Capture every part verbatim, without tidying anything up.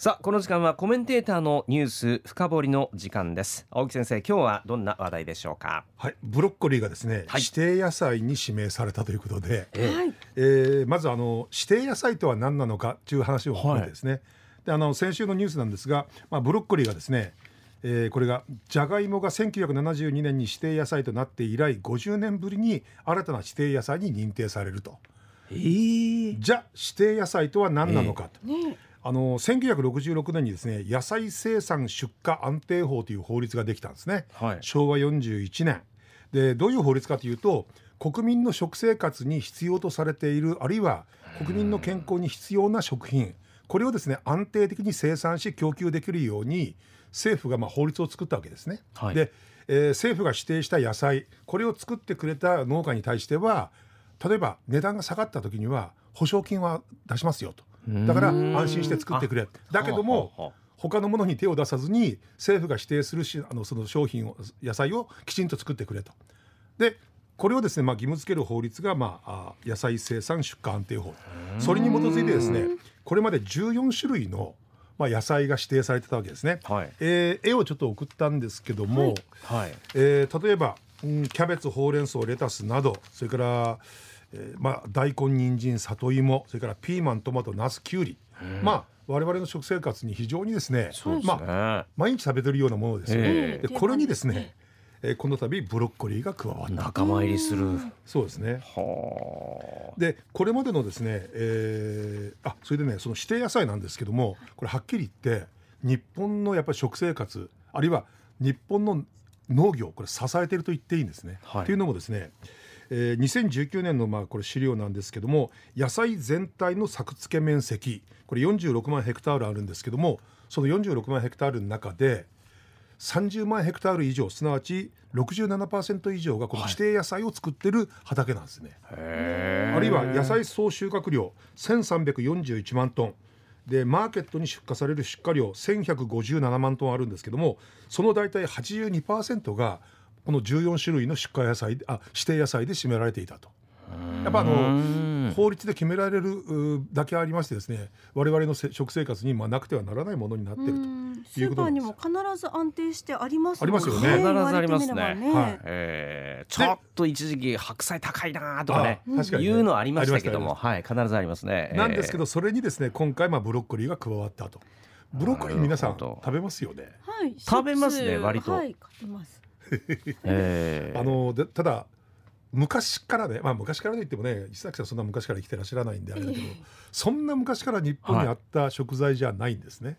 さあこの時間はコメンテーターのニュース深掘りの時間です。青木先生、今日はどんな話題でしょうか。 はい、ブロッコリーがですね、 はい、 指定野菜に指名されたということで、 えーえー、まずあの指定野菜とは何なのかという話を含めてですね、はい、であの先週のニュースなんですが、まあ、ブロッコリーがですね、えー、これがじゃがいもがせんきゅうひゃくななじゅうにねんに指定野菜となって以来ごじゅうねんぶりに新たな指定野菜に認定されると。 えー、 じゃあ指定野菜とは何なのかと、 えーねあのせんきゅうひゃくろくじゅうろくねんにですね、野菜生産出荷安定法という法律ができたんですね、 はい、 しょうわよんじゅういちねんで、どういう法律かというと、国民の食生活に必要とされている、あるいは国民の健康に必要な食品、これをですね安定的に生産し供給できるように政府がまあ法律を作ったわけですね、 はい、 で、えー、政府が指定した野菜、これを作ってくれた農家に対しては、例えば値段が下がった時には保証金は出しますよと。だから安心して作ってくれ。だけども、はあはあ、他のものに手を出さずに政府が指定するしあのその商品を野菜をきちんと作ってくれと。でこれをですね、まあ、義務付ける法律が、まあ、野菜生産出荷安定法。それに基づいてですね、これまでじゅうよんしゅるいの、まあ、野菜が指定されてたわけですね、はい、えー、絵をちょっと送ったんですけども、はいはい、えー、例えば、うん、キャベツ、ほうれん草、レタスなど、それからえーまあ、大根、人参、里芋、それからピーマン、トマト、ナス、キュウリ、まあ我々の食生活に非常にですね、 そうですね、 まあ、毎日食べてるようなものですよね、 えー、でこれにですね、えー、この度ブロッコリーが加わった、 仲間入りする。 そうですね。はでこれまでのですね、えー、あそれでね、その指定野菜なんですけども、これはっきり言って日本のやっぱり食生活、あるいは日本の農業、これ支えていると言っていいんですね、はい、というのもですね、えー、にせんじゅうきゅうねんのまあこれ資料なんですけども、野菜全体の作付面積、これよんじゅうろくまんヘクタールあるんですけども、そのよんじゅうろくまんヘクタールの中でさんじゅうまんヘクタール以上、すなわち ろくじゅうななパーセント 以上がこの指定野菜を作ってる畑なんですね、はい、あるいは野菜総収穫量せんさんびゃくよんじゅういちまんトンで、マーケットに出荷される出荷量せんひゃくごじゅうななまんトンあるんですけども、その大体 はちじゅうにパーセント がこのじゅうよんしゅるいの出荷野菜、あ指定野菜で占められていたと。やっぱあの法律で決められるだけありましてですね、我々の食生活にまあなくてはならないものになっているということなんです。 スーパーにも必ず安定してありますもんね。 ありますよね。 必ずありますね、 はい、 えー、ちょっと一時期白菜高いなとかね、 確かにね、 いうのありましたけども、はい、必ずありますね。 なんですけど、それにですね今回まあブロッコリーが加わったと。ブロッコリー皆さん食べますよね。 はい、 食べますね、割と。 はい、買ってますえー、 あのでただ昔からね、まあ、昔からといってもね、石崎さんそんな昔から生きてらっしゃらないんであれだけど、えー、そんな昔から日本にあった食材じゃないんですね、はい、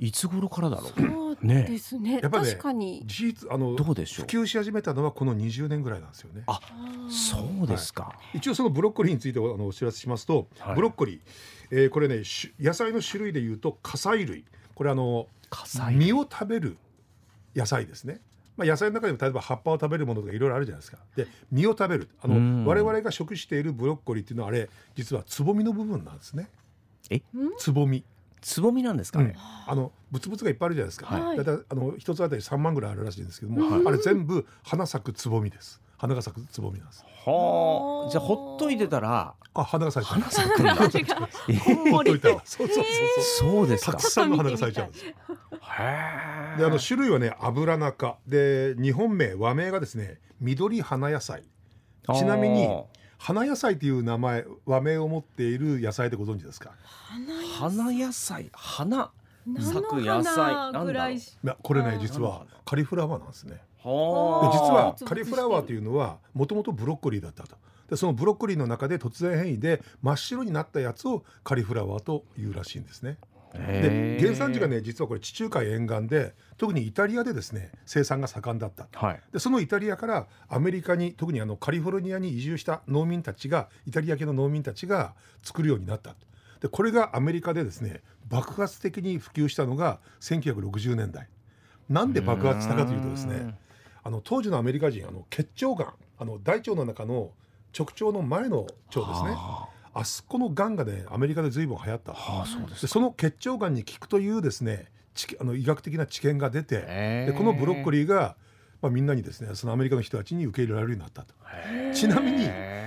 いつ頃からだろう。 そうですね、 やっぱね、 確かに事実あのどうでしょう、 普及し始めたのはこのにじゅうねんぐらいなんですよね。 あ、そうですか、 はい、一応そのブロッコリーについてあのお知らせしますと、はい、ブロッコリー、えー、これね野菜の種類でいうと果菜類、これあの実を食べる野菜ですね。まあ、野菜の中でも例えば葉っぱを食べるものとかいろいろあるじゃないですか。で実を食べる、あの我々が食しているブロッコリーっていうのはあれ実はつぼみの部分なんですね。 えつぼみつぼみなんですかね、 うん、あのブツブツがいっぱいあるじゃないですか、はい、だいたいあの一つあたりさんまんぐらいあるらしいんですけども、はい、あれ全部花咲くつぼみです。花が咲くつぼみなんです。 はあ、じゃあほっといてたらあ花が咲いちゃう。 花咲くんだほっといたらそうそうそうそうそうですか。 たくさんの花が咲いちゃうんです。 へであの種類はね油中で、日本名和名がですね緑花野菜。ちなみに花野菜という名前和名を持っている野菜でご存知ですか。 花野菜、花咲く野菜なんだろう。いやこれね実はカリフラワーなんですね。で実ははカリフラワーというのはもともとブロッコリーだったと。でそのブロッコリーの中で突然変異で真っ白になったやつをカリフラワーというらしいんですね。で原産地がね実はこれ地中海沿岸で、特にイタリアでですね生産が盛んだった、はい、でそのイタリアからアメリカに、特にあのカリフォルニアに移住した農民たちが、イタリア系の農民たちが作るようになった。でこれがアメリカでですね爆発的に普及したのがせんきゅうひゃくろくじゅうねんだい。なんで爆発したかというとですね、あの当時のアメリカ人、あの結腸がん、あの大腸の中の直腸の前の腸ですね、あそこのがんがねアメリカで随分流行った、はあ、そうですか。でその結腸がんに効くというですねあの医学的な知見が出て、でこのブロッコリーが、まあ、みんなにですねそのアメリカの人たちに受け入れられるようになったと。ちなみに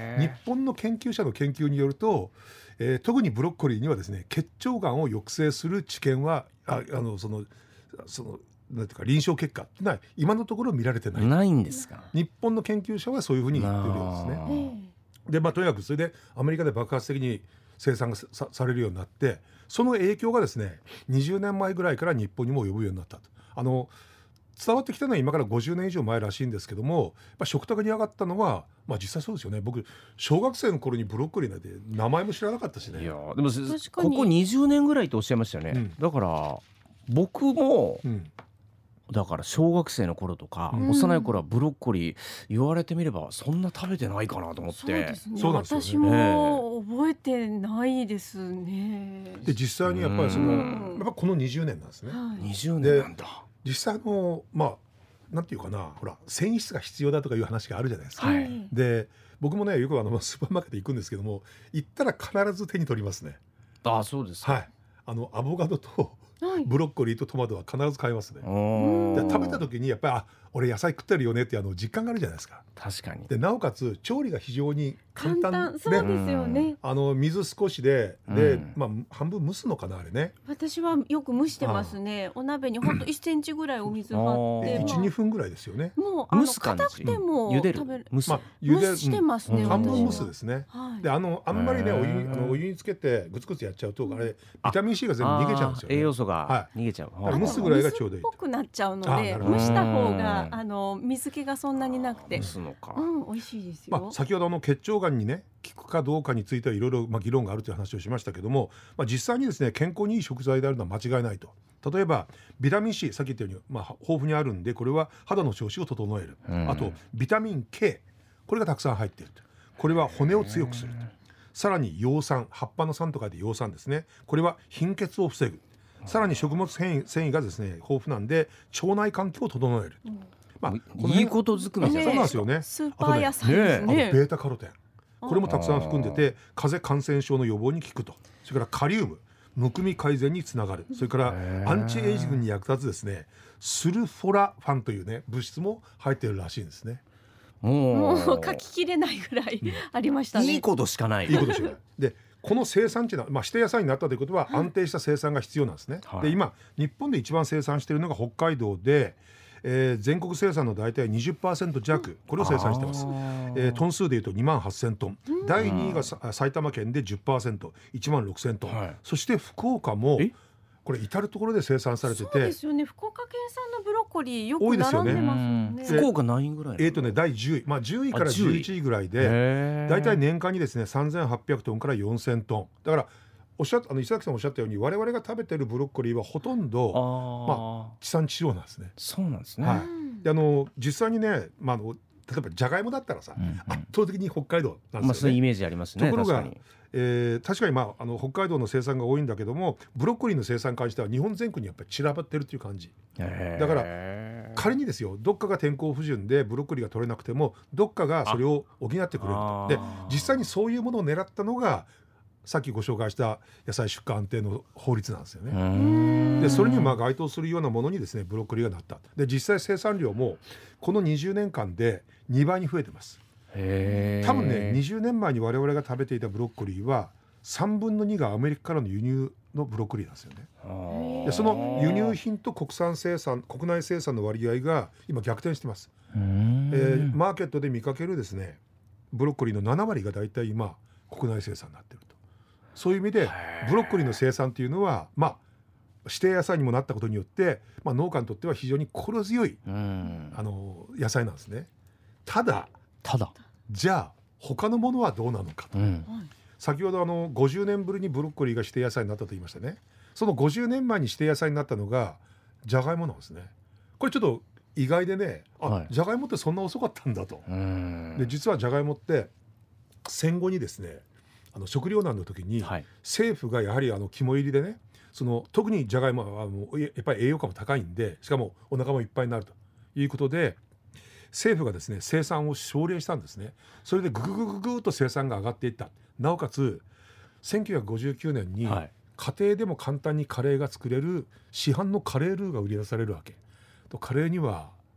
日本の研究者の研究によると、えー、特にブロッコリーにはですね結腸がんを抑制する知見はああのそのそのなんていうか臨床結果ってのは今のところ見られてないないんですか。 日本の研究者はそういうふうに言ってるようですね。で、まあ、とにかくそれでアメリカで爆発的に生産が さ, されるようになってその影響がですねにじゅうねんまえぐらいから日本にも及ぶようになったと。あの伝わってきたのは今からごじゅうねん以上前らしいんですけども、やっぱ食卓に上がったのは、まあ、実際そうですよね。僕小学生の頃にブロッコリーなんて名前も知らなかったしね。 いやでもここにじゅうねんぐらいとおっしゃいましたよね、うん、だから僕も、うん、だから小学生の頃とか、うん、幼い頃はブロッコリー言われてみればそんな食べてないかなと思って。 そうですね、 そうなんですよね。 私も覚えてないですね。 で実際にやっぱりその、やっぱこのにじゅうねんなんですね、 はい、にじゅうねんなんだ。 実際のまあなんていうかな、ほら繊維質が必要だとかいう話があるじゃないですか、はい、で僕もねよくあのスーパーマーケット行くんですけども行ったら必ず手に取りますね。 ああそうですか。 はい、あのアボカドとブロッコリーとトマトは必ず買いますね。で食べた時にやっぱりあ俺野菜食ってるよねっていうあの実感があるじゃないですか。 確かに。 でなおかつ調理が非常に簡単、 簡単そうですよね。 あの水少しでで、うんまあ、半分蒸すのかなあれね。 私はよく蒸してますね。お鍋にほんといっセンチぐらいお水張って、 いち、にふんぐらいですよね。 もうあの硬くても茹でる食べる、 蒸す、まあ、 茹でしてますね、 うん、半分蒸すですね、 はい、 であのあんまりねお湯あのお湯につけてグツグツやっちゃうとあれビタミン C が全部逃げちゃうんですよね。 栄養素が逃げちゃう、 はい、蒸すぐらいがちょうどいい。 水っぽくなっちゃうので蒸した方があの水気がそんなになくて蒸すのか、 うん、美味しいですよ。 まあ、先ほどの結腸がんにね効くかどうかについてはいろいろまあ議論があるという話をしましたけども、まあ、実際にですね健康にいい食材であるのは間違いないと。例えばビタミン C さっき言ったように、まあ、豊富にあるんでこれは肌の調子を整える、うん、あとビタミン K これがたくさん入っていると。これは骨を強くすると。さらに葉酸、葉っぱの酸と書いて葉酸ですね。これは貧血を防ぐ。さらに食物繊維、繊維がですね豊富なんで腸内環境を整える、うん、まあ、 いいことずくめそうなんですよね。 スーパー野菜ですね。 あとベータカロテンこれもたくさん含んでて風邪感染症の予防に効くと。それからカリウムむくみ改善につながる。それからアンチエイジングに役立つですねスルフォラファンというね物質も入っているらしいんですね。 もう書ききれないぐらいありましたね。 いいことしかない。 いいことしかない。でこの生産地の、まあ、指定野菜になったということは安定した生産が必要なんですね、はい、で今日本で一番生産しているのが北海道で、えー、全国生産の大体 にじゅっパーセント 弱これを生産してます、えー、トン数でいうとにまんはっせんトン、うん、だいにいが埼玉県で じゅっパーセントいちまんろくせんトン、はい、そして福岡もこれ至る所で生産されてて。 そうですよね。福岡県産のブロッコリーよく並んでますよね。 福岡何位ぐらい？ えーとねだいじゅうい、まあ、じゅういからじゅういちいぐらいでだいたい年間にですねさんぜんはっぴゃくトンからよんせんトンだからおっしゃあの伊崎さんおっしゃったように我々が食べてるブロッコリーはほとんどまあ、地産地消なんですね。 そうなんですね、 はい、であの実際にね、まあ、あの例えばじゃがいもだったらさ、うんうん、圧倒的に北海道なんですよね、 まあ、そういうイメージありますね。 ところが確かに、 えー、確かに、まあ、あの北海道の生産が多いんだけどもブロッコリーの生産に関しては日本全国にやっぱり散らばってるっていう感じだから仮にですよどっかが天候不順でブロッコリーが取れなくてもどっかがそれを補ってくれると。で実際にそういうものを狙ったのがさっきご紹介した野菜出荷安定の法律なんですよね。でそれにまあ該当するようなものにですねブロッコリーがなった。で実際生産量もこのにじゅうねんかんでにばいに増えてます。 へー。 多分ねにじゅうねんまえに我々が食べていたブロッコリーはさんぶんのにがアメリカからの輸入のブロッコリーなんですよね。でその輸入品と国産生産国内生産の割合が今逆転してます。えー、マーケットで見かけるですねブロッコリーのななわりがだいたい今国内生産になっていると。そういう意味でブロッコリーの生産というのはまあ指定野菜にもなったことによって、まあ、農家にとっては非常に心強いあの野菜なんですね。ただただじゃあ他のものはどうなのかと、うん、先ほどあのごじゅうねんぶりにブロッコリーが指定野菜になったと言いましたね。そのごじゅうねんまえに指定野菜になったのがじゃがいもなんですね。これちょっと意外でねあ、はい、じゃがいもってそんな遅かったんだと。で実はじゃがいもって戦後にですねあの食糧難の時に、はい、政府がやはりあの肝入りでねその特にじゃがいもはもうやっぱり栄養価も高いんでしかもお腹もいっぱいになるということで政府がですね生産を奨励したんですね。それでぐぐぐぐぐっと生産が上がっていった。なおかつせんきゅうひゃくごじゅうきゅうねんに家庭でも簡単にカレーが作れる市販のカレールーが売り出されるわけと。カレーには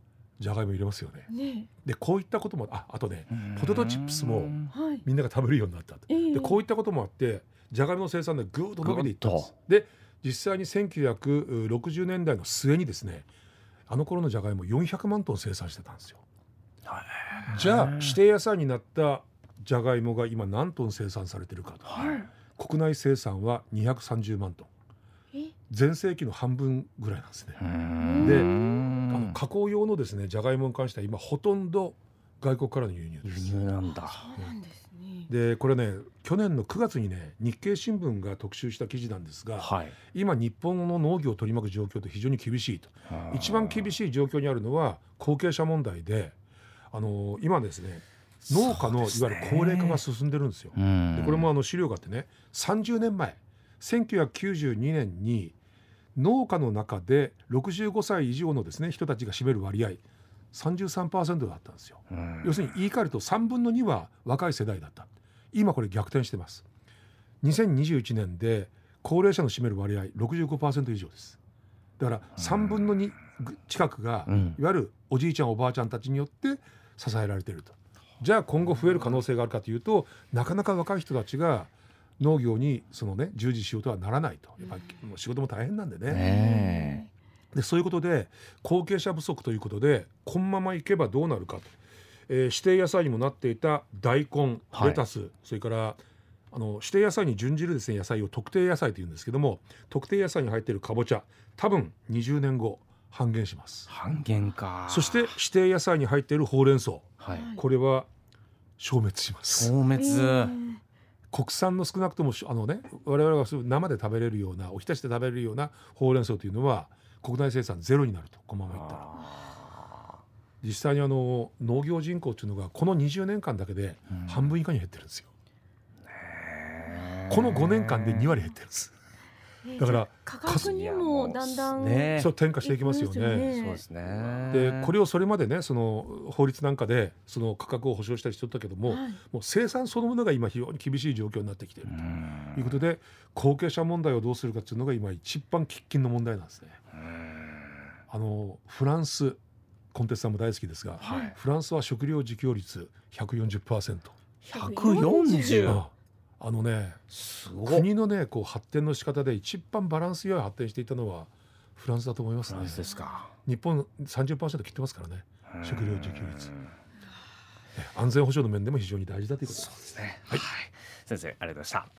じゃがいも入れますよね。 ねでこういったことも あ, あとねポテトチップスもはいみんなが食べるようになったと、 ええでこういったこともあってじゃがいもの生産でぐーっと伸びていったんです。で実際にせんきゅうひゃくろくじゅうねんだいの末にですねあの頃のじゃがいもよんひゃくまんトン生産してたんですよ。じゃあ指定野菜になったじゃがいもが今何トン生産されてるかと、 はい、 国内生産はにひゃくさんじゅうまんトン、 え全盛期の半分ぐらいなんですね。であの加工用のですねじゃがいもに関しては今ほとんど外国からの輸入です。 輸入なんだ。 そうなんですね。 でこれね去年のくがつにね日経新聞が特集した記事なんですが、 はい、 今日本の農業を取り巻く状況って非常に厳しいと。一番厳しい状況にあるのは後継者問題で、あの今ですね農家のいわゆる高齢化が進んでるんですよ。でこれもあの資料があってねさんじゅうねんまえせんきゅうひゃくきゅうじゅうにねんに農家の中でろくじゅうごさい以上のですね人たちが占める割合 さんじゅうさんパーセント だったんですよ。要するに言い換えるとさんぶんのには若い世代だった。今これ逆転してます。にせんにじゅういちねんで高齢者の占める割合 ろくじゅうごパーセント 以上です。だからさんぶんのに近くがいわゆるおじいちゃんおばあちゃんたちによって支えられていると。じゃあ今後増える可能性があるかというとなかなか若い人たちが農業にその、ね、従事しようとはならないと。やっぱりもう仕事も大変なんでね、 ねでそういうことで後継者不足ということでこのままいけばどうなるかと、えー、指定野菜にもなっていた大根レタス、はい、それからあの指定野菜に準じるですね野菜を特定野菜というんですけども特定野菜に入っているかぼちゃ多分にじゅうねんご半減します。 半減か。 そして指定野菜に入っているほうれん草、 はい、 これは消滅します。 消滅、えー、 国産の少なくともあの、ね、我々が生で食べれるようなおひたしで食べれるようなほうれん草というのは国内生産ゼロになると。このままいったら実際にあの農業人口というのがこのにじゅうねんかんだけで半分以下に減ってるんですよ。このごねんかんでにわり減ってるんです。だから価格にもだんだん、 ね、そう転嫁していきますよね。 そうですね。 でこれをそれまでねその法律なんかでその価格を保証したりしてたけども、はい、もう生産そのものが今非常に厳しい状況になってきているということで後継者問題をどうするかというのが今一番喫緊の問題なんですね。あのフランスコンテストさんも大好きですが、はい、フランスは食料自給率 ひゃくよんじゅっパーセント。 ひゃくよんじゅう。 ああのね国のねこう発展の仕方で一番バランス良い発展していたのはフランスだと思いますね。 フランスですか。 日本 さんじゅっパーセント 切ってますからね食料自給率。安全保障の面でも非常に大事だということです。 そうですね。はい、先生ありがとうございました。